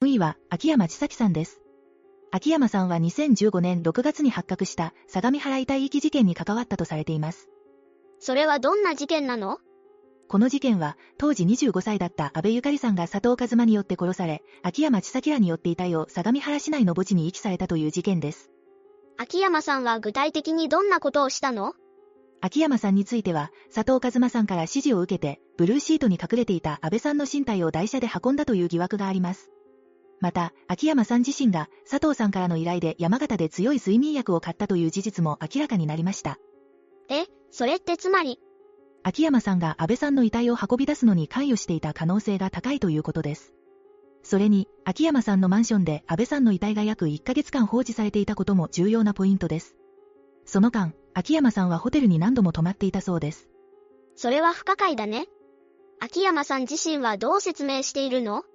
位は秋山千咲さんです。秋山さんは2015年6月に発覚した相模原遺体遺棄事件に関わったとされています。 それはどんな事件なの？ この事件は、当時25歳だった安倍ゆかりさんが佐藤一馬によって殺され、秋山千咲らによって遺体を相模原市内の墓地に遺棄されたという事件です。 秋山さんは具体的にどんなことをしたの？ 秋山さんについては、佐藤一馬さんから指示を受けて、ブルーシートに隠れていた安倍さんの身体を台車で運んだという疑惑があります。また、秋山さん自身が佐藤さんからの依頼で山形で強い睡眠薬を買ったという事実も明らかになりました。 それってつまり、 秋山さんが安倍さんの遺体を運び出すのに関与していた可能性が高いということです。それに、秋山さんのマンションで安倍さんの遺体が約1ヶ月間放置されていたことも重要なポイントです。その間、秋山さんはホテルに何度も泊まっていたそうです。 それは不可解だね。秋山さん自身はどう説明しているの？